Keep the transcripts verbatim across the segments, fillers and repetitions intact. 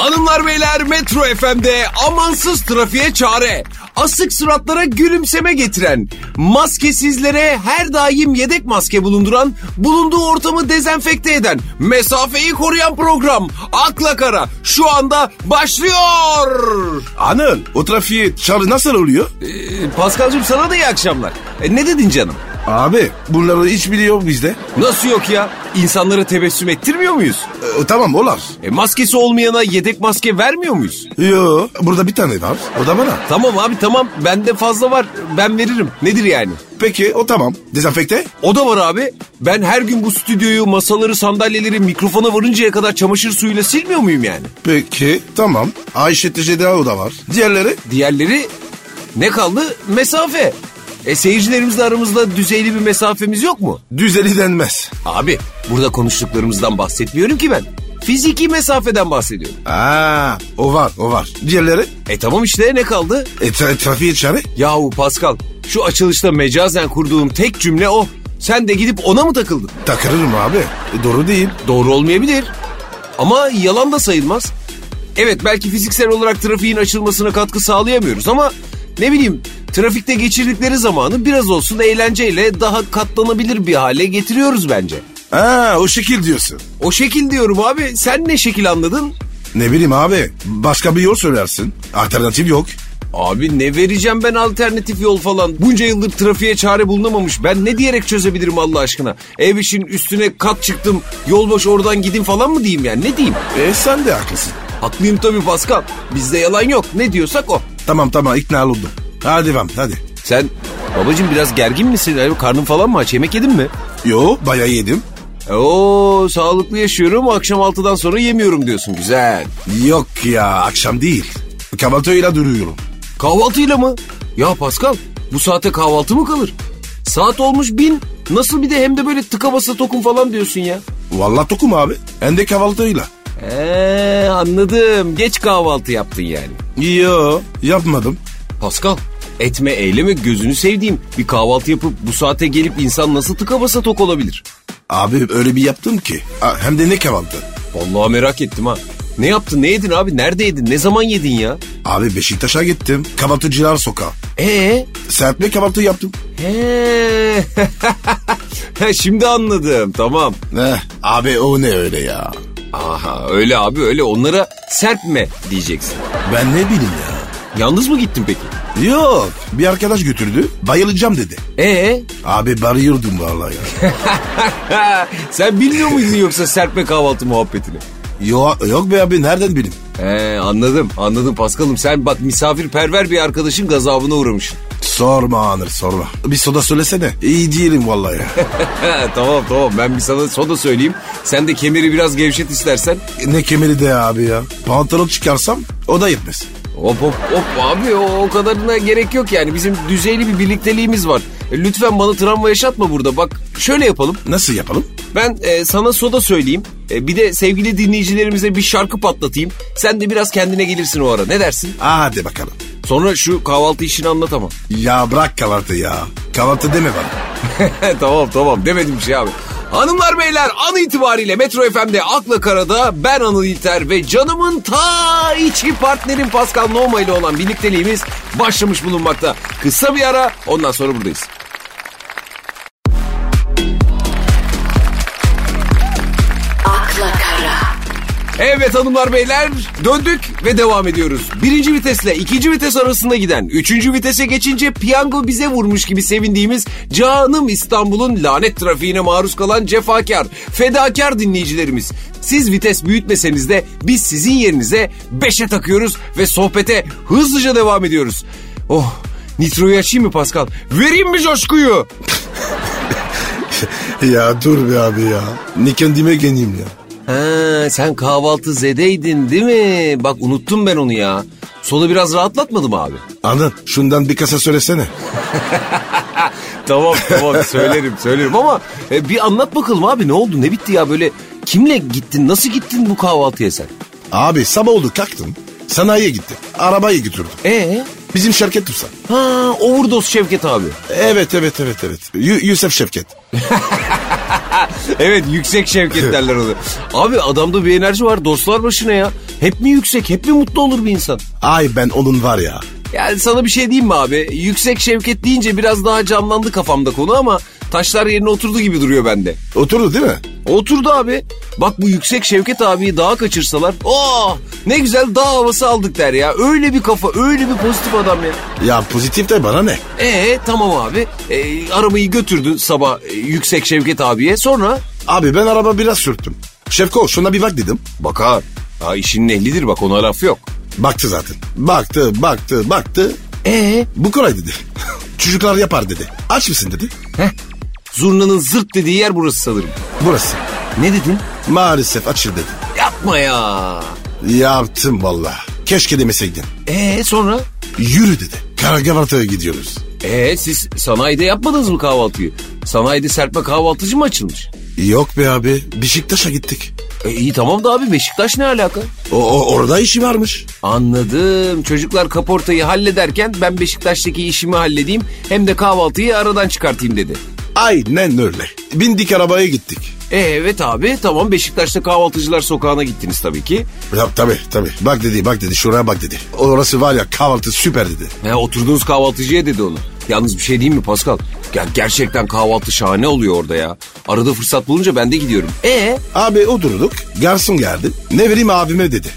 Hanımlar beyler, Metro F M'de amansız trafiğe çare, asık suratlara gülümseme getiren, maskesizlere her daim yedek maske bulunduran, bulunduğu ortamı dezenfekte eden, mesafeyi koruyan program Akla Kara şu anda başlıyor. Anıl, o trafiğe çare nasıl oluyor? Ee, Paskal'cığım sana da iyi akşamlar. E, ne dedin canım? Abi bunları hiç biliyor bizde. Nasıl yok ya? İnsanlara tebessüm ettirmiyor muyuz? E, tamam olar. E, maskesi olmayana yedek maske vermiyor muyuz? Yo, burada bir tane var. O da bana. Tamam abi tamam, bende fazla var, ben veririm. Nedir yani? Peki o tamam. Dezenfekte? O da var abi. Ben her gün bu stüdyoyu, masaları, sandalyeleri mikrofona varıncaya kadar çamaşır suyuyla silmiyor muyum yani? Peki tamam. Ayşe Teceda o da var. Diğerleri? Diğerleri ne kaldı? Mesafe. E seyircilerimizle aramızda düzeyli bir mesafemiz yok mu? Düzeli denmez. Abi burada konuştuklarımızdan bahsetmiyorum ki ben. Fiziki mesafeden bahsediyorum. Aa, o var o var. Diğerleri? E tamam işte, ne kaldı? E tra- trafiğe çare? Yahu Pascal, şu açılışta mecazen kurduğum tek cümle o. Sen de gidip ona mı takıldın? Takılırım abi. E, doğru değil. Doğru olmayabilir. Ama yalan da sayılmaz. Evet, belki fiziksel olarak trafiğin açılmasına katkı sağlayamıyoruz ama ne bileyim, trafikte geçirdikleri zamanı biraz olsun eğlenceyle daha katlanabilir bir hale getiriyoruz bence. Aa, o şekil diyorsun. O şekil diyorum abi. Sen ne şekil anladın? Ne bileyim abi. Başka bir yol söylersin. Alternatif yok. Abi ne vereceğim ben alternatif yol falan? Bunca yıldır trafiğe çare bulunamamış. Ben ne diyerek çözebilirim Allah aşkına? Ev işin üstüne kat çıktım, yol boş oradan gidin falan mı diyeyim yani? Ne diyeyim? E sen de haklısın. Haklıyım tabii Pascal. Bizde yalan yok. Ne diyorsak o. Tamam tamam, ikna oldum. Hadi devam hadi. Sen babacığım biraz gergin misin? Yani karnın falan mı aç? Yemek yedin mi? Yo, bayağı yedim. Oo, sağlıklı yaşıyorum, akşam altıdan sonra yemiyorum diyorsun. Güzel. Yok ya, akşam değil. Kahvaltıyla duruyorum. Kahvaltıyla mı? Ya Pascal, bu saate kahvaltı mı kalır? Saat olmuş bin. Nasıl bir de hem de böyle tıka basa tokum falan diyorsun ya. Vallahi tokum abi. Hem de kahvaltıyla. Eee anladım. Geç kahvaltı yaptın yani. Yo, yapmadım. Pascal, etme eyleme gözünü sevdiğim. Bir kahvaltı yapıp bu saate gelip insan nasıl tıka basa tok olabilir? Abi öyle bir yaptım ki. Hem de ne kahvaltı? Vallahi merak ettim ha. Ne yaptın, ne yedin abi, nerede yedin, ne zaman yedin ya? Abi Beşiktaş'a gittim. Kahvaltıcılar sokağı. Ee? Serpme kahvaltı yaptım. He. Şimdi anladım, tamam. Eh, abi o ne öyle ya? Aha öyle abi, öyle, onlara serpme diyeceksin. Ben ne bileyim ya. Yalnız mı gittin peki? Yok, bir arkadaş götürdü. Bayılacağım dedi. Ee? Abi bayılıyordum vallahi ya. Sen bilmiyor muydun yoksa serpme kahvaltı muhabbetini? Yok, yok be abi, nereden bileyim? He, anladım anladım Paskal'ım, sen bak misafirperver bir arkadaşın gazabına uğramışsın. Sorma Anır, sorma. Bir soda söylesene. İyi değilim vallahi ya. Tamam tamam, ben bir sana soda söyleyeyim. Sen de kemeri biraz gevşet istersen. Ne kemeri de abi ya. Pantolon çıkarsam o da yetmez. Hop hop hop abi, o, o kadarına gerek yok yani. Bizim düzeyli bir birlikteliğimiz var. E, lütfen bana travma yaşatma burada. Bak şöyle yapalım. Nasıl yapalım? Ben e, sana soda söyleyeyim. E, bir de sevgili dinleyicilerimize bir şarkı patlatayım. Sen de biraz kendine gelirsin o ara. Ne dersin? Hadi bakalım. Sonra şu kahvaltı işini anlat ama. Ya bırak kahvaltı ya. Kahvaltı deme bana. Tamam tamam, demedim bir şey abi. Hanımlar beyler, an itibariyle Metro F M'de Akla Kara'da ben Anıl İlter ve canımın ta içi partnerim Pascal Noma ile olan birlikteliğimiz başlamış bulunmakta. Kısa bir ara, ondan sonra buradayız. Akla Kara. Evet hanımlar beyler, döndük ve devam ediyoruz. Birinci vitesle ikinci vites arasında giden, üçüncü vitese geçince piyango bize vurmuş gibi sevindiğimiz canım İstanbul'un lanet trafiğine maruz kalan cefakar, fedakar dinleyicilerimiz. Siz vites büyütmeseniz de biz sizin yerinize beşe takıyoruz ve sohbete hızlıca devam ediyoruz. Oh, nitroyu açayım mı Pascal? Vereyim mi coşkuyu? Ya dur be abi ya. Ne kendime geleyim ya. Ha, sen kahvaltı zedeydin değil mi? Bak unuttum ben onu ya. Soda biraz rahatlatmadı mı abi? Anıl, şundan bir kasa söylesene. Tamam tamam, söylerim söylerim ama e, bir anlat bakalım abi, ne oldu, ne bitti ya, böyle kimle gittin, nasıl gittin bu kahvaltıya sen? Abi sabah oldu, kalktım. Sanayiye gittim. Arabayı götürdüm. Ee? Bizim Şevket Usta. Ha, overdose Şevket abi. Evet evet evet evet. Y- Yusuf Şevket. Evet, yüksek Şevket derler onu. Abi adamda bir enerji var, dostlar başına ya. Hep mi yüksek, hep mi mutlu olur bir insan? Ay ben onun var ya. Yani sana bir şey diyeyim mi abi? Yüksek Şevket deyince biraz daha canlandı kafamda konu ama taşlar yerine oturdu gibi duruyor bende. Oturdu değil mi? Oturdu abi. Bak bu Yüksek Şevket abiyi dağa kaçırsalar, oh ne güzel dağ havası aldık der ya. Öyle bir kafa, öyle bir pozitif adam ya. Ya pozitif de bana ne? Ee tamam abi. Ee, arabayı götürdün sabah e, Yüksek Şevket abiye, sonra? Abi ben araba biraz sürttüm. Şevko şuna bir bak dedim. Bakar. Ha, işinin ehlidir bak, ona laf yok. Baktı zaten. Baktı baktı baktı. Ee Bu kolay dedi. Çocuklar yapar dedi. Aç mısın dedi. Heh. Zurnanın zırt dediği yer burası sanırım. Burası. Ne dedin? Maalesef açıl dedi. Yapma ya. Yaptım valla. Keşke demeseydin. Ee sonra? Yürü dedi. Karagavarta'ya gidiyoruz. Ee siz sanayide yapmadınız mı kahvaltıyı? Sanayide serpme kahvaltıcı mı açılmış? Yok be abi. Beşiktaş'a gittik. E, iyi tamam da abi, Beşiktaş ne alaka? O, o orada işi varmış. Anladım. Çocuklar kaportayı hallederken ben Beşiktaş'taki işimi halledeyim, hem de kahvaltıyı aradan çıkartayım dedi. Aynen öyle. Bindik arabaya gittik. E, evet abi tamam, Beşiktaş'ta kahvaltıcılar sokağına gittiniz tabii ki. Ya, tabii tabii. Bak dedi bak dedi şuraya bak dedi. Orası var ya kahvaltı süper dedi. He, oturduğunuz kahvaltıcıya dedi onu. Yalnız bir şey diyeyim mi Pascal? Ya, gerçekten kahvaltı şahane oluyor orada ya. Arada fırsat bulunca ben de gidiyorum. E Abi oturduk. Garson geldi. Ne vereyim abime dedi.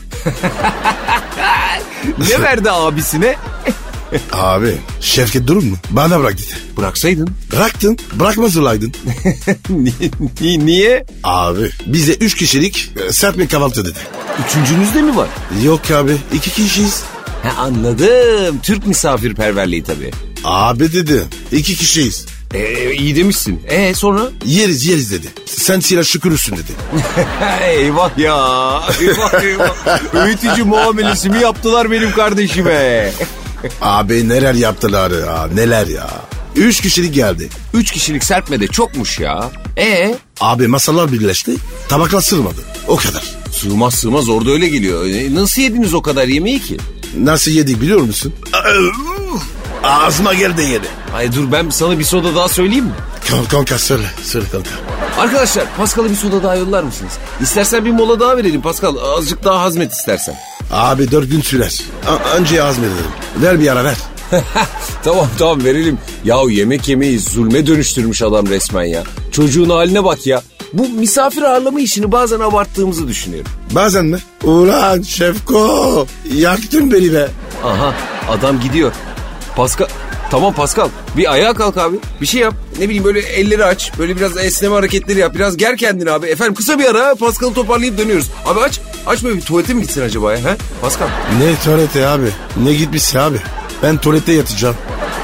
ne verdi abisine? Abi Şevket durur mu? Bana bırak dedi. Bıraksaydın. Bıraktın. Bırakmaz olaydın. Ni- Niye? Abi bize üç kişilik e, serpme kahvaltı dedi. Üçüncünüz de mi var? Yok abi iki kişiyiz. He, anladım. Türk misafirperverliği tabii. Abi dedi iki kişiyiz. Ee, iyi demişsin. Ee sonra? Yeriz yeriz dedi. Sen silah şükürürsün dedi. Eyvah ya. Eyvah eyvah. Öğütücü muamelesi mi yaptılar benim kardeşime? Abi neler yaptılar ya neler ya. Üç kişilik geldi. Üç kişilik serpmede çokmuş ya. Ee? Abi masalar birleşti. Tabaklar sığmadı. O kadar. Sığmaz sığmaz, orada öyle geliyor. E, nasıl yediniz o kadar yemeği ki? Nasıl yedik biliyor musun? Ağzıma geldi yedi. Ay dur, ben sana bir soda daha söyleyeyim mi? Kanka, kanka söyle. Söyle kanka. Arkadaşlar Pascal'a bir soda daha yollar mısınız? İstersen bir mola daha verelim Pascal. Azıcık daha hazmet istersen. Abi dört gün sürer. A- önce hazmedelim. Ver bir ara ver. Tamam tamam verelim. Yahu yemek yemeyi zulme dönüştürmüş adam resmen ya. Çocuğun haline bak ya. Bu misafir ağırlama işini bazen abarttığımızı düşünüyorum. Bazen mi? Ulan Şevko yaktın beni be. Aha adam gidiyor. Pascal, tamam Pascal bir ayağa kalk abi. Bir şey yap. Ne bileyim böyle elleri aç. Böyle biraz esneme hareketleri yap. Biraz ger kendini abi. Efendim kısa bir ara Pascal'ı toparlayıp dönüyoruz. Abi aç. Aç böyle bir tuvalete mi gitsin acaba ya? He? Pascal. Ne tuvalete abi? Ne gitmişsin abi? Ben tuvalette yatacağım.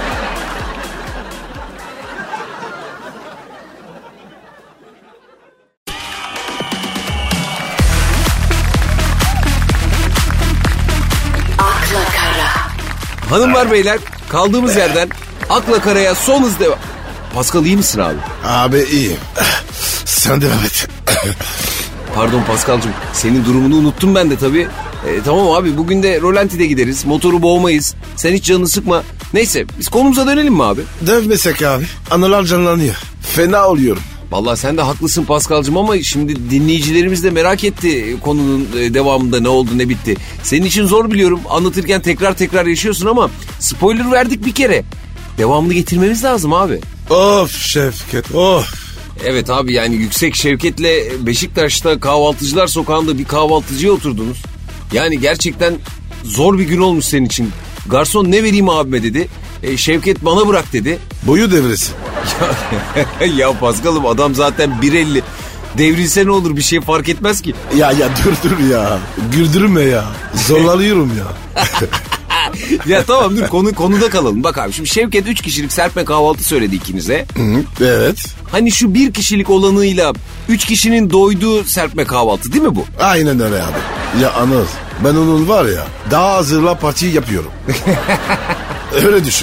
akla kara, Hanımlar beyler kaldığımız yerden akla karaya son hız devam. Pascal iyi misin abi? Abi iyiyim. Sen devam et. Pardon Pascal'cığım, senin durumunu unuttum ben de tabii. E, tamam abi, bugün de rolantide gideriz. Motoru boğmayız. Sen hiç canını sıkma. Neyse biz konumuza dönelim mi abi? Dövmesek abi. Anılar canlanıyor. Fena oluyorum. Vallahi sen de haklısın Pascal'cığım ama şimdi dinleyicilerimiz de merak etti konunun devamında ne oldu ne bitti. Senin için zor biliyorum, anlatırken tekrar tekrar yaşıyorsun ama spoiler verdik bir kere. Devamlı getirmemiz lazım abi. Of Şevket of. Evet abi, yani Yüksek Şevket'le Beşiktaş'ta kahvaltıcılar sokağında bir kahvaltıcıya oturdunuz. Yani gerçekten zor bir gün olmuş senin için. Garson ne vereyim abime dedi. E, Şevket bana bırak dedi. Boyu devresi. Ya, ya Pascal'ım adam zaten bir elli. Devrilse ne olur, bir şey fark etmez ki. Ya ya dur dur ya. Güldürme ya. Zorlanıyorum ya. Ya tamam dur, konu konuda kalalım. Bak abi şimdi Şevket üç kişilik serpme kahvaltı söyledi ikinize. Hı, evet. Hani şu bir kişilik olanıyla üç kişinin doyduğu serpme kahvaltı değil mi bu? Aynen öyle abi. Ya Anıl ben onun var ya daha hazırla partiyi yapıyorum. Öyle düşün.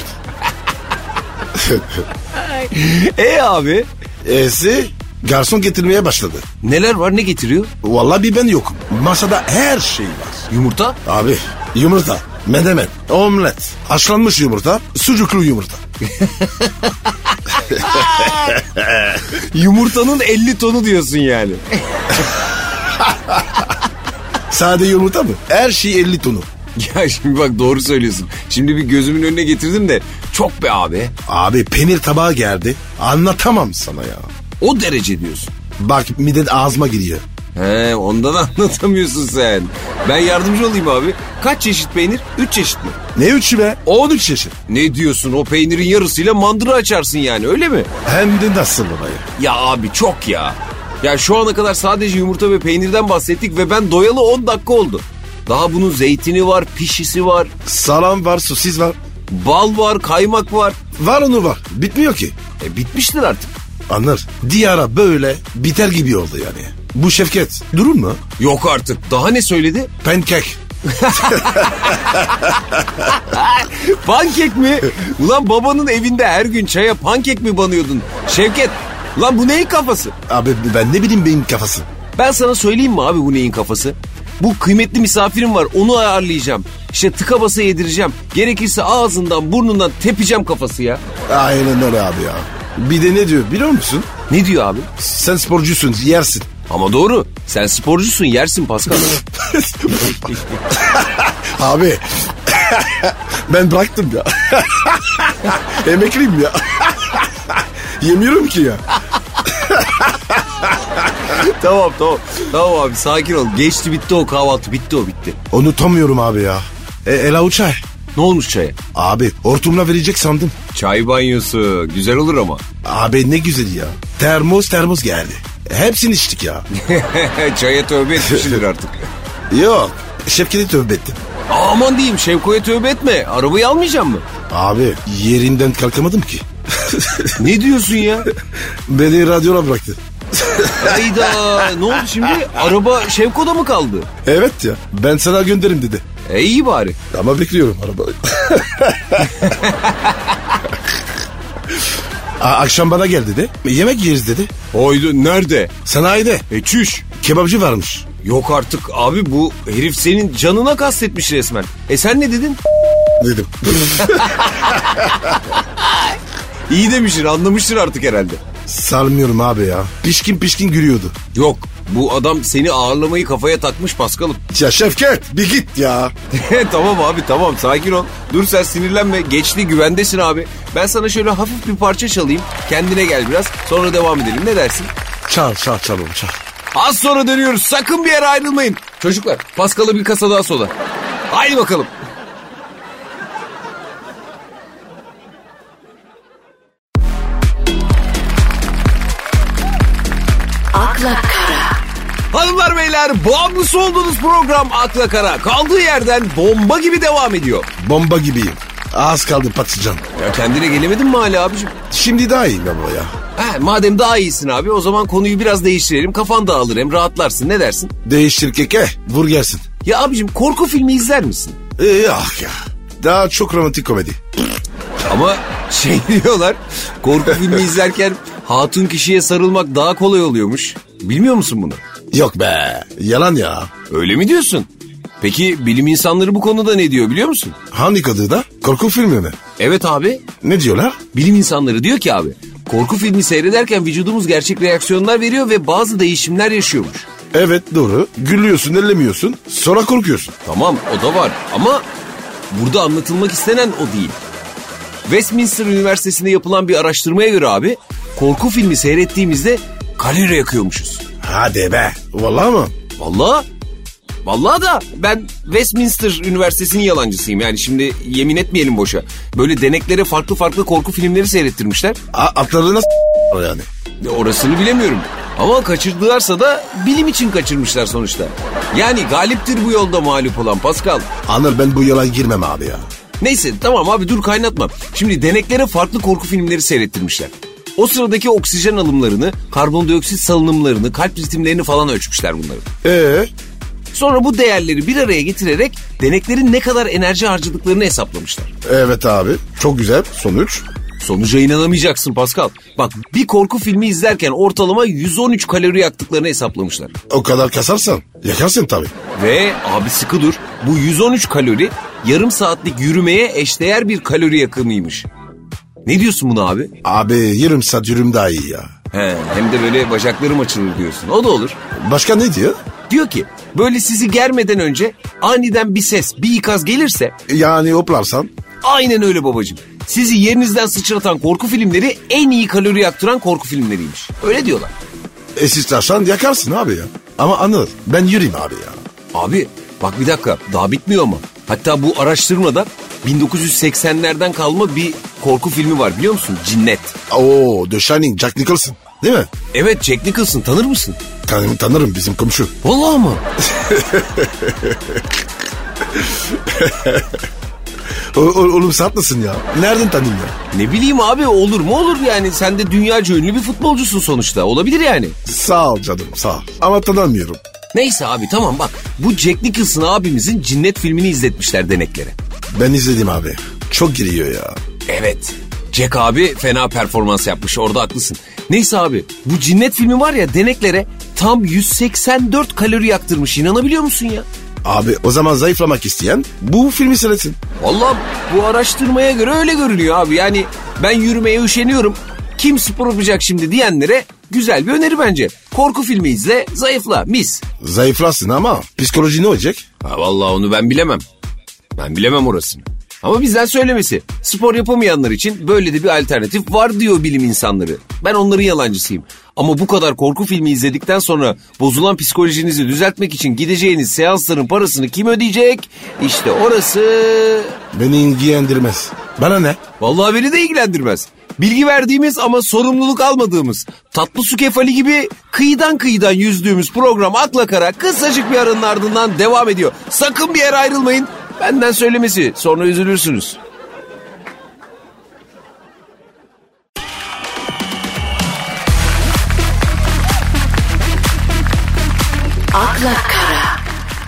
E abi? E'si garson getirmeye başladı. Neler var, ne getiriyor? Vallahi bir ben yokum. Masada her şey var. Yumurta? Abi yumurta, Menemen, omlet, haşlanmış yumurta, sucuklu yumurta. Yumurtanın elli tonu diyorsun yani. Sade yumurta mı? Her şey elli tonu. Ya şimdi bak doğru söylüyorsun. Şimdi bir gözümün önüne getirdim de çok be abi. Abi peynir tabağı geldi. Anlatamam sana ya. O derece diyorsun. Bak miden ağzıma giriyor. He, ondan anlatamıyorsun sen. Ben yardımcı olayım abi. Kaç çeşit peynir? Üç çeşit mi? Ne üçü be? on üç çeşit. Ne diyorsun, o peynirin yarısıyla mandıra açarsın yani, öyle mi? Hem de nasıl baba ya? Ya abi çok ya. Ya şu ana kadar sadece yumurta ve peynirden bahsettik ve ben doyalı on dakika oldu. Daha bunun zeytini var, pişisi var. Salam var, sosis var. Bal var, kaymak var. Var onu var. Bitmiyor ki. E bitmiştir artık. Anlar. Diyara böyle biter gibi oldu yani. Bu Şevket durur mu? Yok artık. Daha ne söyledi? Pancake. Pankek mi? Ulan babanın evinde her gün çaya pankek mi banıyordun? Şevket, ulan bu neyin kafası? Abi ben ne bileyim benim kafası. Ben sana söyleyeyim mi abi bu neyin kafası? Bu kıymetli misafirim var, onu ayarlayacağım. İşte tıka basa yedireceğim. Gerekirse ağzından burnundan tepeceğim kafası ya. Aynen öyle abi ya. Bir de ne diyor biliyor musun? Ne diyor abi? Sen sporcusun, yersin. Ama doğru. Sen sporcusun, yersin Pascal. Abi ben bıraktım ya. Emekliyim ya. Yemiyorum ki ya. Tamam tamam. Tamam abi, sakin ol. Geçti, bitti o kahvaltı. Bitti o, bitti. Unutamıyorum abi ya. E, el avuç çay. Ne olmuş çaya? Abi hortumla verecek sandım. Çay banyosu. Güzel olur ama. Abi ne güzel ya. Termos termos geldi. Hepsini içtik ya. Çaya tövbe etmiştir artık. Yok. Şevket'e tövbe ettim. Aman diyeyim, Şevko'ya tövbe etme. Arabayı almayacak mı? Abi yerinden kalkamadım ki. Ne diyorsun ya? Beni radyola bıraktı. Hayda, ne oldu şimdi? Araba Şevko'da mı kaldı? Evet ya, ben sana gönderim dedi. E iyi bari. Ama bekliyorum arabayı. Akşam bana gel dedi. Yemek yeriz dedi. Oydu, nerede? Sanayide. E çüş. Kebapçı varmış. Yok artık abi, bu herif senin canına kastetmiş resmen. E sen ne dedin? Dedim. İyi demişsin, anlamıştır artık herhalde. Salmıyorum abi ya. Pişkin pişkin gülüyordu. Yok, bu adam seni ağırlamayı kafaya takmış Paskal'ım. Ya Şevket bir git ya. Tamam abi tamam, sakin ol. Dur sen sinirlenme, geçti, güvendesin abi. Ben sana şöyle hafif bir parça çalayım. Kendine gel biraz, sonra devam edelim, ne dersin? Çal çal çal oğlum çal. Az sonra dönüyoruz, sakın bir yere ayrılmayın. Çocuklar, Paskal'a bir kasa daha soda. Haydi bakalım. Akla Kara. Hanımlar beyler, bağımlısı olduğunuz program Akla Kara kaldığı yerden bomba gibi devam ediyor. Bomba gibiyim. Az kaldı patlıcan. Ya kendine gelemedin mi hala abicim? Şimdi daha iyiyim baba ya. Ha, madem daha iyisin abi, o zaman konuyu biraz değiştirelim. Kafan dağılır, hem rahatlarsın, ne dersin? Değiştir keke vur gelsin. Ya abicim, korku filmi izler misin? Ee, ah ya. Daha çok romantik komedi. Ama şey diyorlar, korku filmi izlerken hatun kişiye sarılmak daha kolay oluyormuş. Bilmiyor musun bunu? Yok be yalan ya. Öyle mi diyorsun? Peki bilim insanları bu konuda ne diyor biliyor musun? Hangi kadıda? Korku filmi mi? Evet abi. Ne diyorlar? Bilim insanları diyor ki abi, korku filmi seyrederken vücudumuz gerçek reaksiyonlar veriyor ve bazı değişimler yaşıyormuş. Evet doğru. Gülüyorsun, ellemiyorsun. Sonra korkuyorsun. Tamam, o da var ama burada anlatılmak istenen o değil. Westminster Üniversitesi'nde yapılan bir araştırmaya göre abi, korku filmi seyrettiğimizde kalori yakıyormuşuz. Hadi be. Vallahi mı? Vallahi, vallahi da ben Westminster Üniversitesi'nin yalancısıyım. Yani şimdi yemin etmeyelim boşa. Böyle deneklere farklı farklı korku filmleri seyrettirmişler. A- atları nasıl yani? Orasını bilemiyorum. Ama kaçırdılarsa da bilim için kaçırmışlar sonuçta. Yani galiptir bu yolda mağlup olan Pascal. Anır ben bu yola girmem abi ya. Neyse tamam abi, dur kaynatma. Şimdi deneklere farklı korku filmleri seyrettirmişler. O sıradaki oksijen alımlarını, karbondioksit salınımlarını, kalp ritimlerini falan ölçmüşler bunları. Ee? Sonra bu değerleri bir araya getirerek deneklerin ne kadar enerji harcadıklarını hesaplamışlar. Evet abi. Çok güzel sonuç. Sonuca inanamayacaksın Pascal. Bak bir korku filmi izlerken ortalama yüz on üç kalori yaktıklarını hesaplamışlar. O kadar kasarsan yakarsın tabii. Ve abi sıkı dur, bu yüz on üç kalori yarım saatlik yürümeye eşdeğer bir kalori yakımıymış. Ne diyorsun buna abi? Abi yarım saat yürüm daha iyi ya. He, hem de böyle bacaklarım açılır diyorsun. O da olur. Başka ne diyor? Diyor ki böyle sizi germeden önce aniden bir ses, bir ikaz gelirse... Yani hoplarsan? Aynen öyle babacığım. Sizi yerinizden sıçratan korku filmleri en iyi kalori yaktıran korku filmleriymiş. Öyle diyorlar. E sıçrarsan yakarsın abi ya. Ama Anıl ben yürüyeyim abi ya. Abi bak bir dakika, daha bitmiyor ama. Hatta bu araştırmada bin dokuz yüz seksenlerden kalma bir korku filmi var biliyor musun? Cinnet. Oo, The Shining, Jack Nicholson değil mi? Evet, Jack Nicholson, tanır mısın? Tanırım, tanırım bizim komşu. Vallahi mı? o, o, oğlum satlısın ya. Nereden tanıyayım ya? Ne bileyim abi, olur mu olur yani. Sen de dünyaca ünlü bir futbolcusun sonuçta. Olabilir yani. Sağ ol canım, sağ ol. Ama tanımıyorum. Neyse abi tamam bak. Bu Jack Nicholson abimizin Cinnet filmini izletmişler deneklere. Ben izledim abi. Çok giriyor ya. Evet. Jack abi fena performans yapmış, orada haklısın. Neyse abi, bu Cinnet filmi var ya, deneklere tam yüz seksen dört kalori yaktırmış, inanabiliyor musun ya? Abi o zaman zayıflamak isteyen bu filmi seyretsin. Vallahi bu araştırmaya göre öyle görünüyor abi. Yani ben yürümeye üşeniyorum, kim spor yapacak şimdi diyenlere güzel bir öneri bence. Korku filmi izle, zayıfla, mis. Zayıflasın ama psikoloji ne olacak? Ha vallahi onu ben bilemem. Ben bilemem orasını. Ama bizden söylemesi. Spor yapamayanlar için böyle de bir alternatif var diyor bilim insanları. Ben onların yalancısıyım. Ama bu kadar korku filmi izledikten sonra bozulan psikolojinizi düzeltmek için gideceğiniz seansların parasını kim ödeyecek? İşte orası... Beni ilgilendirmez. Bana ne? Vallahi beni de ilgilendirmez. Bilgi verdiğimiz ama sorumluluk almadığımız, tatlı su kefali gibi kıyıdan kıyıdan yüzdüğümüz program Akla Kara kısacık bir aranın ardından devam ediyor. Sakın bir yere ayrılmayın. Benden söylemesi, sonra üzülürsünüz. Akla Kara.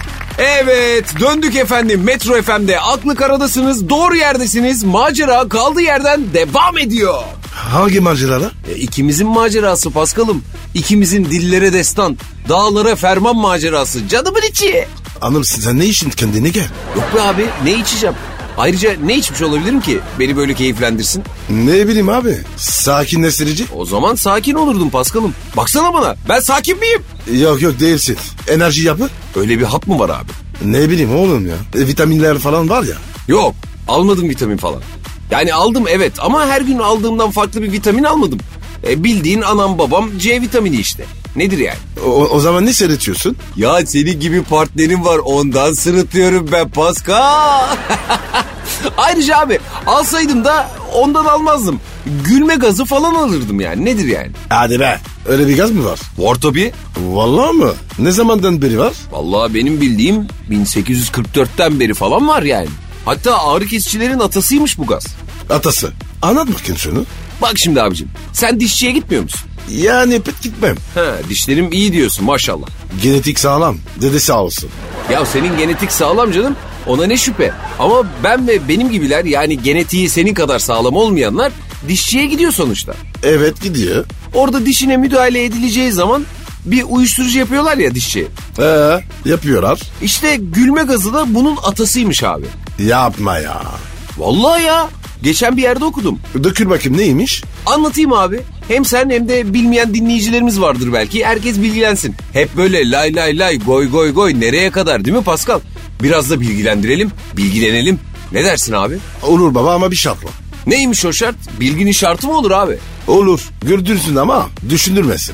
Evet, döndük efendim. Metro F M'de Aklı Kara'dasınız, doğru yerdesiniz. Macera kaldığı yerden devam ediyor. Hangi maceralar? E, ikimizin macerası Paskal'ım. İkimizin dillere destan, dağlara ferman macerası. Canımın içi. Anıl sen ne işin, kendine gel. Yok be abi, ne içeceğim? Ayrıca ne içmiş olabilirim ki beni böyle keyiflendirsin? Ne bileyim abi, sakinleştirici. O zaman sakin olurdum Paskal'ım. Baksana bana, ben sakin miyim? Yok yok değilsin. Enerji yapı. Öyle bir hap mı var abi? Ne bileyim oğlum ya. E, vitaminler falan var ya. Yok, almadım vitamin falan. Yani aldım evet, ama her gün aldığımdan farklı bir vitamin almadım. E, bildiğin anam babam C vitamini işte. Nedir yani? O, o zaman ne seyrediyorsun? Ya senin gibi partnerim var, ondan sırıtıyorum ben Pascal. Ayrıca abi alsaydım da ondan almazdım. Gülme gazı falan alırdım yani, nedir yani? Hadi be, öyle bir gaz mı var? Var tabii. Vallahi mı? Ne zamandan beri var? Vallahi benim bildiğim bin sekiz yüz kırk dörtten beri falan var yani. Hatta ağrı kesicilerin atasıymış bu gaz. Atası. Anlat bakayım şunu. Bak şimdi abicim, sen dişçiye gitmiyor musun? Yani pek gitmem. Ha, dişlerim iyi diyorsun maşallah. Genetik sağlam. Dede sağ olsun. Ya senin genetik sağlam canım, ona ne şüphe. Ama ben ve benim gibiler, yani genetiği senin kadar sağlam olmayanlar dişçiye gidiyor sonuçta. Evet gidiyor. Orada dişine müdahale edileceği zaman bir uyuşturucu yapıyorlar ya dişçi. Ee, yapıyorlar. İşte gülme gazı da bunun atasıymış abi. Yapma ya. Vallahi ya, geçen bir yerde okudum. Dökül bakayım neymiş? Anlatayım abi. Hem sen hem de bilmeyen dinleyicilerimiz vardır belki. Herkes bilgilensin. Hep böyle lay lay lay goy goy goy nereye kadar değil mi Pascal? Biraz da bilgilendirelim, bilgilenelim. Ne dersin abi? Olur baba ama bir şartla. Neymiş o şart? Bilginin şartı mı olur abi? Olur. Güldürsün ama düşündürmesin.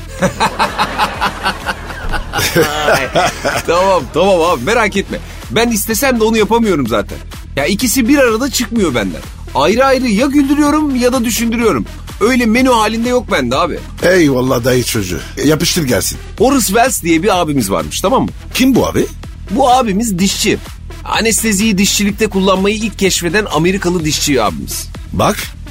Tamam tamam abi, merak etme. Ben istesem de onu yapamıyorum zaten. Ya ikisi bir arada çıkmıyor benden. Ayrı ayrı ya güldürüyorum ya da düşündürüyorum. Öyle menü halinde yok bende abi. Eyvallah dayı çocuğu. Yapıştır gelsin. Horace Wells diye bir abimiz varmış, tamam mı? Kim bu abi? Bu abimiz dişçi. Anesteziyi dişçilikte kullanmayı ilk keşfeden Amerikalı dişçi abimiz. Bak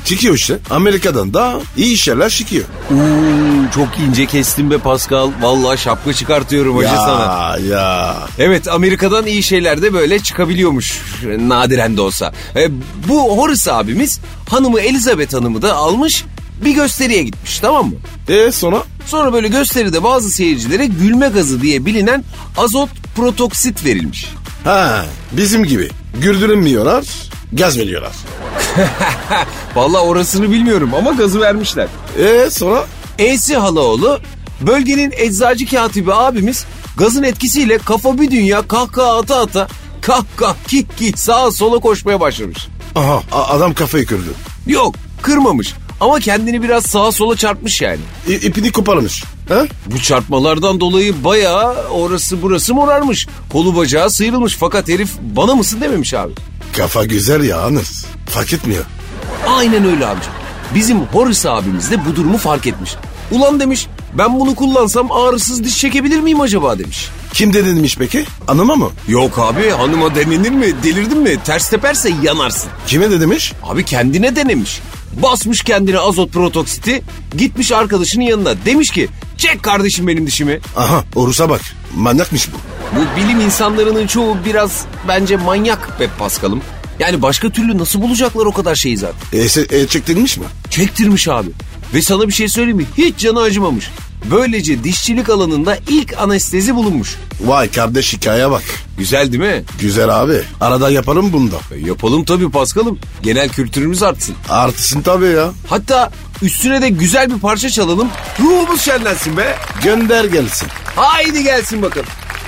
Çıkıyor işte. Amerika'dan da iyi şeyler çıkıyor. Uuu çok ince kestim be Pascal. Vallahi şapka çıkartıyorum hoca Ya sana. ya. Evet, Amerika'dan iyi şeyler de böyle çıkabiliyormuş. Nadiren de olsa. E, bu Horace abimiz hanımı Elizabeth Hanım'ı da almış, bir gösteriye gitmiş, tamam mı? E sonra? Sonra böyle gösteride bazı seyircilere gülme gazı diye bilinen azot protoksit verilmiş. Ha, bizim gibi. Güldürülmüyorlar, gaz veriyorlar. Vallahi orasını bilmiyorum ama gazı vermişler. E sonra? E'si Halaoğlu, bölgenin eczacı katibi abimiz gazın etkisiyle kafa bir dünya kahkaha ata ata kah kah kih kih sağa sola koşmaya başlamış. Aha, a- adam kafayı kırdı. Yok, kırmamış ama kendini biraz sağa sola çarpmış yani. İ- ipini koparmış. Ha? Bu çarpmalardan dolayı bayağı orası burası morarmış. Kolu bacağı sıyrılmış, fakat herif bana mısın dememiş abi. Kafa güzel ya Anız. Fark etmiyor. Aynen öyle abicim. Bizim Horace abimiz de bu durumu fark etmiş. Ulan demiş, ben bunu kullansam ağrısız diş çekebilir miyim acaba demiş. Kim denilmiş peki? Anıma mı? Yok abi, hanıma denenir mi? Delirdin mi? Ters teperse yanarsın. Kime de demiş? Abi kendine denemiş. Basmış kendine azot protoksiti, gitmiş arkadaşının yanına. Demiş ki, çek kardeşim benim dişimi. Aha, Orus'a bak. Manyakmış bu. Bu bilim insanlarının çoğu biraz bence manyak be Paskal'ım. Yani başka türlü nasıl bulacaklar o kadar şeyi zaten? E, se- e, çektirmiş mi? Çektirmiş abi. Ve sana bir şey söyleyeyim mi? Hiç canı acımamış. Böylece dişçilik alanında ilk anestezi bulunmuş. Vay kardeş, hikaye bak. Güzel değil mi? Güzel abi. Arada yaparım bunu da. E, yapalım tabii Paskal'ım. Genel kültürümüz artsın. Artısın tabii ya. Hatta üstüne de güzel bir parça çalalım. Ruhumuz şenlensin be. Gönder gelsin. Haydi gelsin bakalım.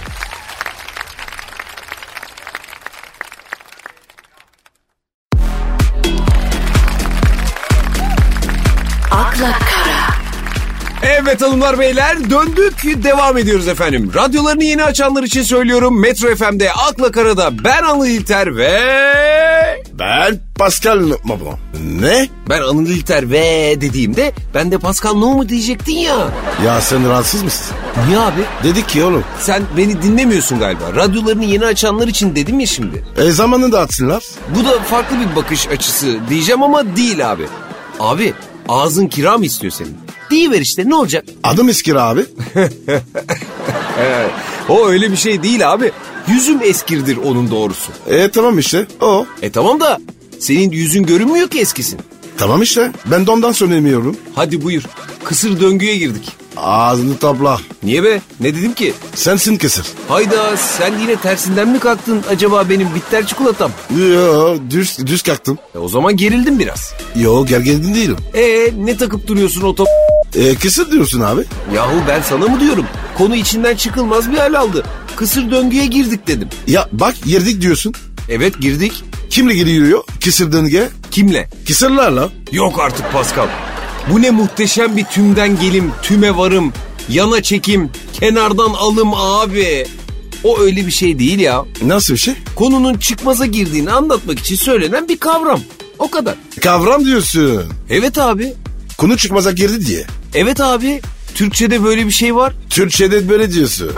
akla kara, Evet hanımlar beyler, döndük, devam ediyoruz efendim. Radyolarını yeni açanlar için söylüyorum. Metro F M'de Akla Kara'da ben Anıl İlter ve... Ben Pascal Numa. Ne? Ben Anıl İlter ve dediğimde ben de Pascal Numa mu diyecektin ya. Ya sen rahatsız mısın? Niye abi? Dedik ki oğlum. Sen beni dinlemiyorsun galiba. Radyolarını yeni açanlar için dedim ya şimdi. E zamanında atsınlar. Bu da farklı bir bakış açısı diyeceğim ama değil abi. Abi ağzın kira mı istiyor senin? Deyiver işte, ne olacak? Adım Eskir abi. Evet, o öyle bir şey değil abi. Yüzüm eskirdir onun doğrusu. E tamam işte o. E tamam da senin yüzün görünmüyor ki eskisin. Tamam işte ben de ondan söylemiyorum. Hadi buyur. Kısır döngüye girdik. Ağzını topla. Niye be? Ne dedim ki? Sensin kısır. Hayda, sen yine tersinden mi kalktın acaba benim bitter çikolatam? Yo düz, düz kalktım. E o zaman gerildim biraz. Yo gergin değilim. E ne takıp duruyorsun o top? E kısır diyorsun abi. Yahu ben sana mı diyorum? Konu içinden çıkılmaz bir hal aldı. Kısır döngüye girdik dedim. Ya bak girdik diyorsun. Evet girdik. Kimle giriyor kısır döngüye? Kimle? Kısırlarla. Yok artık Pascal. Bu ne muhteşem bir tümden gelim, tüme varım, yana çekim, kenardan alım abi. O öyle bir şey değil ya. Nasıl bir şey? Konunun çıkmaza girdiğini anlatmak için söylenen bir kavram. O kadar. Kavram diyorsun. Evet abi. Konu çıkmaza girdi diye. Evet abi. Türkçe'de böyle bir şey var. Türkçe'de böyle diyorsun.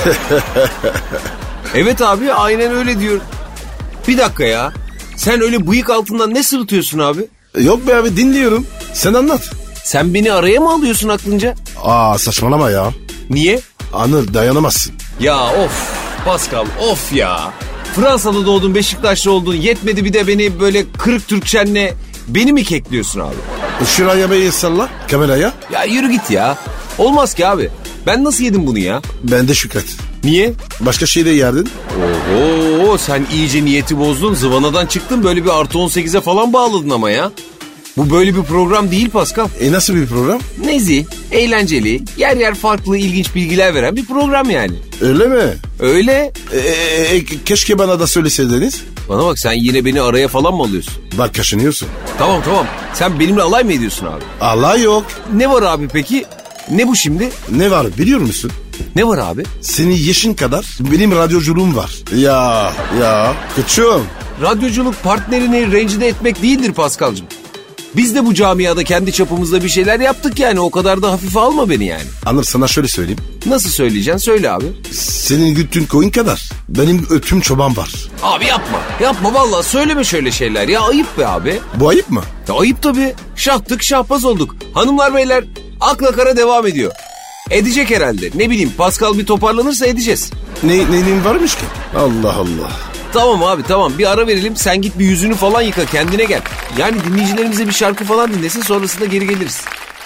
Evet abi, aynen öyle diyor. Bir dakika ya. Sen öyle bıyık altından ne sırıtıyorsun abi? Yok be abi dinliyorum. Sen anlat. Sen beni araya mı alıyorsun aklınca? Aa saçmalama ya. Niye? Anır dayanamazsın. Ya of Pascal, of ya. Fransa'da doğdun, Beşiktaşlı oldun, yetmedi bir de beni böyle kırık Türkçenle beni mi kekliyorsun abi? Şuraya bir salla kameraya. Ya yürü git ya. Olmaz ki abi. Ben nasıl yedim bunu ya? Ben de Şükret. Niye? Başka şey de yerdin. Oho, sen iyice niyeti bozdun, zıvanadan çıktın, böyle bir artı on sekize falan bağladın ama ya. Bu böyle bir program değil Pascal. E nasıl bir program? Nezih, eğlenceli, yer yer farklı ilginç bilgiler veren bir program yani. Öyle mi? Öyle. E, e, e, keşke bana da söyleseydiniz. Bana bak, sen yine beni araya falan mı alıyorsun? Bak kaşınıyorsun. Tamam tamam, sen benimle alay mı ediyorsun abi? Allah yok. Ne var abi peki? Ne bu şimdi? Ne var biliyor musun? Ne var abi? Senin yaşın kadar benim radyoculuğum var. Ya ya küçüğüm. Radyoculuk partnerini rencide etmek değildir Paskal'cığım. Biz de bu camiada kendi çapımızda bir şeyler yaptık yani. O kadar da hafife alma beni yani. Anır sana şöyle söyleyeyim. Nasıl söyleyeceksin? Söyle abi. Senin güttüğün koyun kadar benim ötüm çoban var. Abi yapma. Yapma vallahi söyleme şöyle şeyler ya. Ayıp be abi. Bu ayıp mı? Ya ayıp tabii. Şahtık şahbaz olduk. Hanımlar beyler akla kara devam ediyor. Edecek herhalde. Ne bileyim Pascal bir toparlanırsa edeceğiz. Ne, neyin varmış ki? Allah Allah. Tamam abi tamam bir ara verelim. Sen git bir yüzünü falan yıka kendine gel. Yani dinleyicilerimize bir şarkı falan dinlesin sonrasında geri geliriz.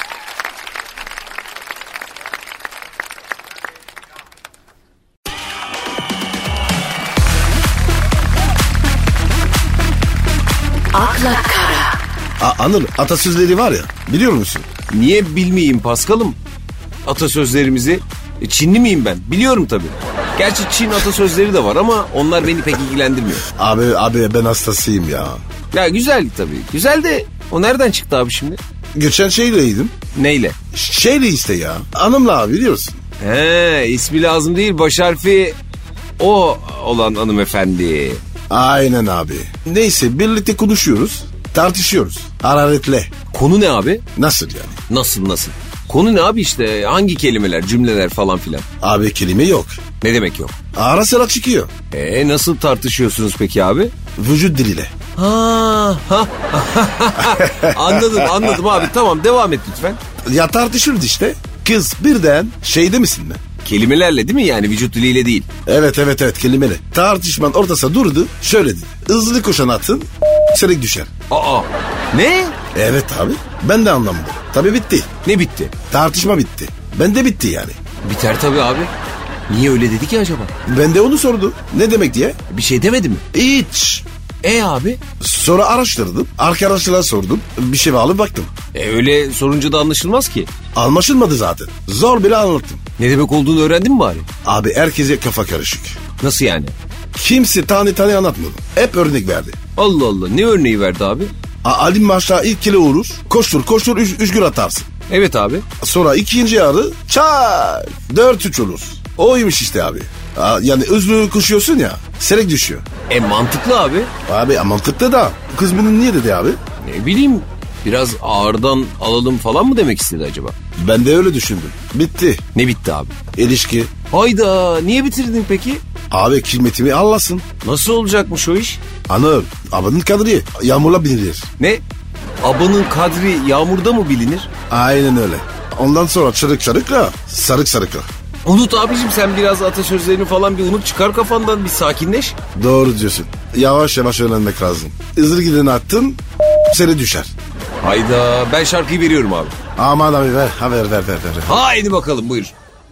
Akla Kara. A- Anıl atasözleri var ya biliyor musun? Niye bilmeyeyim Paskal'ım atasözlerimizi? E, Çinli miyim ben? Biliyorum tabii. Gerçi Çin atasözleri de var ama onlar beni pek ilgilendirmiyor. Abi abi ben hastasıyım ya. Ya güzel tabii. Güzel de o nereden çıktı abi şimdi? Geçen şeyleydim. Neyle? Şeyle işte ya. Hanımla abi biliyorsun. He ismi lazım değil baş harfi o olan hanımefendi. Aynen abi. Neyse birlikte konuşuyoruz. Tartışıyoruz. Hararetle. Konu ne abi? Nasıl yani? Nasıl nasıl? Konu ne abi işte hangi kelimeler cümleler falan filan. Abi kelime yok. Ne demek yok? Ara sıra çıkıyor. E nasıl tartışıyorsunuz peki abi? Vücut diliyle. Ha, ha. Anladım anladım abi tamam devam et lütfen. Ya tartışırız işte. Kız birden şey demesin mi? Kelimelerle değil mi yani vücut diliyle değil? Evet evet evet kelimeli. Tartışmanın ortasında durdu. Şöyle dedi. Hızlı koşan atın çelik düşer. Aa ne? Evet abi. Ben de anlamadım. Tabii bitti. Ne bitti? Tartışma bitti. Ben de bitti yani. Biter tabii abi. Niye öyle dedi ki acaba? Ben de onu sordu. Ne demek diye? Bir şey demedi mi? Hiç. E abi? Sonra araştırdım. Arkadaşlara sordum. Bir şey alıp baktım. E öyle sorunca da anlaşılmaz ki. Anlaşılmadı zaten. Zor bile anlattım. Ne demek olduğunu öğrendin mi bari? Abi herkese kafa karışık. Nasıl yani? Kimse tane tane anlatmadı. Hep örnek verdi. Allah Allah ne örneği verdi abi? A- Ali maçta ilk kere vurur. Koştur koştur üç, üç gün atarsın. Evet abi. Sonra ikinci yarı çay dört üç olur. Oymuş işte abi. A- yani hızlı koşuyorsun ya serek düşüyor. E mantıklı abi. Abi mantıklı da kız bunu niye dedi abi? Ne bileyim biraz ağırdan alalım falan mı demek istedi acaba? Ben de öyle düşündüm. Bitti. Ne bitti abi? İlişki. Hayda niye bitirdin peki? Abi kıymetimi Allah'sın. Nasıl olacakmış o iş? Anır. Abanın kadri yağmurla bilinir. Ne? Abanın kadri yağmurda mı bilinir? Aynen öyle. Ondan sonra çarık çarıkla sarık sarıkla. Unut abicim sen biraz atasözlerini falan bir unut çıkar kafandan bir sakinleş. Doğru diyorsun. Yavaş yavaş öğrenmek lazım. Hızlı gideni attın seni düşer. Hayda ben şarkıyı veriyorum abi. Aman abi ver. Ha ver ver ver ver. Haydi bakalım buyur.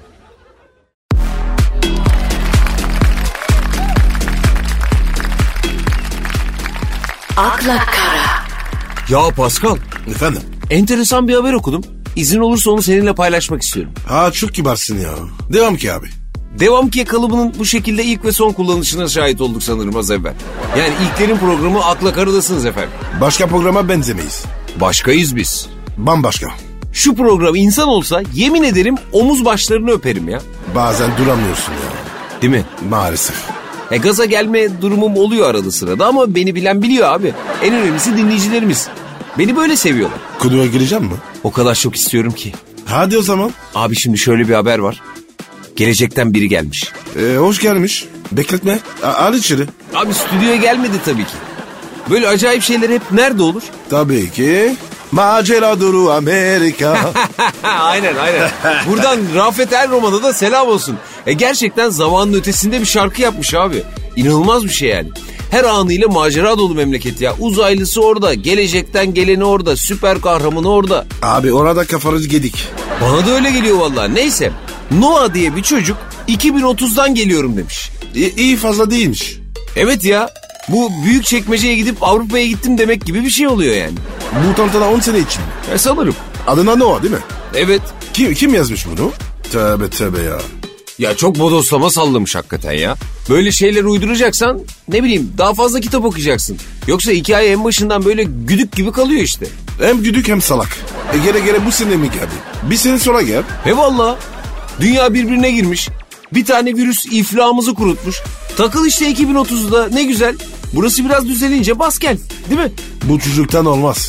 Akla Kara. Ya Pascal Efendim? enteresan bir haber okudum. İzin olursa onu seninle paylaşmak istiyorum. Ha çok kibarsın ya. Devam ki abi. Devam ki kalıbının bu şekilde ilk ve son kullanışına şahit olduk sanırım az evvel. Yani ilklerin programı Akla Kara'dasınız efendim. Başka programa benzemeyiz. Başkayız biz. Bambaşka. Şu program insan olsa yemin ederim omuz başlarını öperim ya. Bazen duramıyorsun ya. Değil mi? Maalesef. E gaza gelme durumum oluyor arada sırada ama beni bilen biliyor abi. En önemlisi dinleyicilerimiz. Beni böyle seviyorlar. Konuya gireceğim mi? O kadar çok istiyorum ki. Hadi o zaman. Abi şimdi şöyle bir haber var. Gelecekten biri gelmiş. Ee, hoş gelmiş. Bekletme. A- al içeri. Abi stüdyoya gelmedi tabii ki. Böyle acayip şeyler hep nerede olur? Tabii ki. Macera duru Amerika. aynen aynen. Buradan Rafet Erroman'a da selam olsun. E gerçekten zamanın ötesinde bir şarkı yapmış abi. İnanılmaz bir şey yani. Her anıyla macera dolu memleket ya. Uzaylısı orada, gelecekten geleni orada, süper kahramanı orada. Abi orada kafanızı gedik. Bana da öyle geliyor vallahi. Neyse. Noah diye bir çocuk iki bin otuzdan geliyorum demiş. İyi, iyi fazla değilmiş. Evet ya. Bu büyük çekmeceye gidip Avrupa'ya gittim demek gibi bir şey oluyor yani. Bu tantana on sene için. E sanırım. Adına Noah değil mi? Evet. Kim kim yazmış bunu? Tövbe tövbe ya. Ya çok bodoslama sallamış hakikaten ya. Böyle şeyler uyduracaksan ne bileyim daha fazla kitap okuyacaksın. Yoksa hikaye en başından böyle güdük gibi kalıyor işte. Hem güdük hem salak. E gere gere bu sene mi geldi? Bir sene sonra gel. He valla. Dünya birbirine girmiş. Bir tane virüs iflahımızı kurutmuş. Takıl işte iki bin otuzda ne güzel. Burası biraz düzelince bas gel. Değil mi? Bu çocuktan olmaz.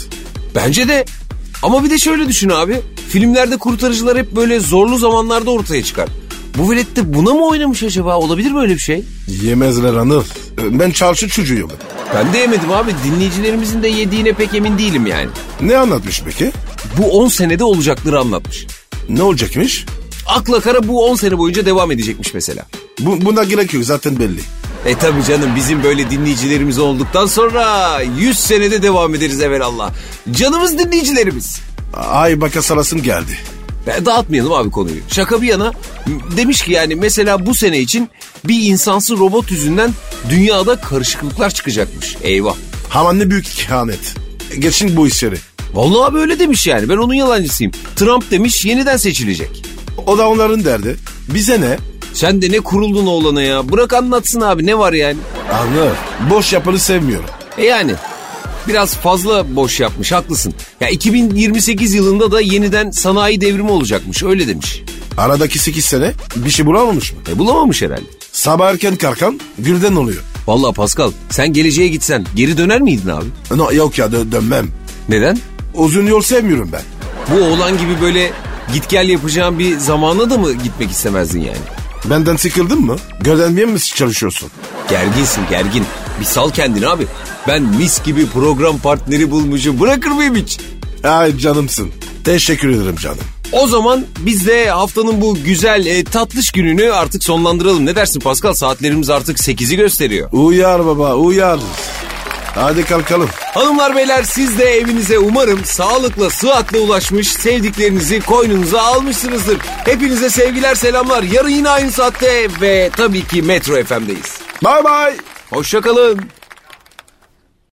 Bence de. Ama bir de şöyle düşün abi. Filmlerde kurtarıcılar hep böyle zorlu zamanlarda ortaya çıkar. Bu velet de buna mı oynamış acaba? Olabilir mi öyle bir şey? Yemezler Anıl. Ben çarşı çocuğuyum. Ben de yemedim abi. Dinleyicilerimizin de yediğine pek emin değilim yani. Ne anlatmış peki? Bu on senede olacakları anlatmış. Ne olacakmış? Akla kara bu on sene boyunca devam edecekmiş mesela. Bu, buna gerek yok zaten belli. E tabii canım, bizim böyle dinleyicilerimiz olduktan sonra yüz senede devam ederiz evelallah. Canımız dinleyicilerimiz. Ay baka sarasım geldi. E, dağıtmayalım abi konuyu. Şaka bir yana demiş ki yani mesela bu sene için bir insansı robot yüzünden dünyada karışıklıklar çıkacakmış. Eyvah. Aman ne büyük ihanet. Geçin bu işleri. Vallahi abi öyle demiş yani, ben onun yalancısıyım. Trump demiş yeniden seçilecek. O da onların derdi. Bize ne? Sen de ne kuruldun oğlana ya. Bırak anlatsın abi, ne var yani. Anlar. Boş yapanı sevmiyorum. E yani biraz fazla boş yapmış, haklısın. Ya iki bin yirmi sekiz yılında da yeniden sanayi devrimi olacakmış, öyle demiş. Aradaki sekiz sene bir şey bulamamış mı? E bulamamış herhalde. Sabah erken kalkan gülden oluyor. Vallahi Pascal, sen geleceğe gitsen geri döner miydin abi? No, yok ya dö- dönmem. Neden? Uzun yol sevmiyorum ben. Bu oğlan gibi böyle git gel yapacağın bir zamana da mı gitmek istemezdin yani? Benden sıkıldın mı? Göldenmeye mi çalışıyorsun? Gerginsin gergin. Bir sal kendini abi. Ben mis gibi program partneri bulmuşum. Bırakır mıyım hiç? Ay canımsın. Teşekkür ederim canım. O zaman biz de haftanın bu güzel e, tatlış gününü artık sonlandıralım. Ne dersin Pascal? Saatlerimiz artık sekizi gösteriyor. Uyar baba uyar. Hadi kalkalım. Hanımlar beyler, siz de evinize umarım sağlıkla sıhhatle ulaşmış, sevdiklerinizi koynunuza almışsınızdır. Hepinize sevgiler selamlar. Yarın yine aynı saatte ve tabii ki Metro F M'deyiz. Bye bye. Hoşça kalın.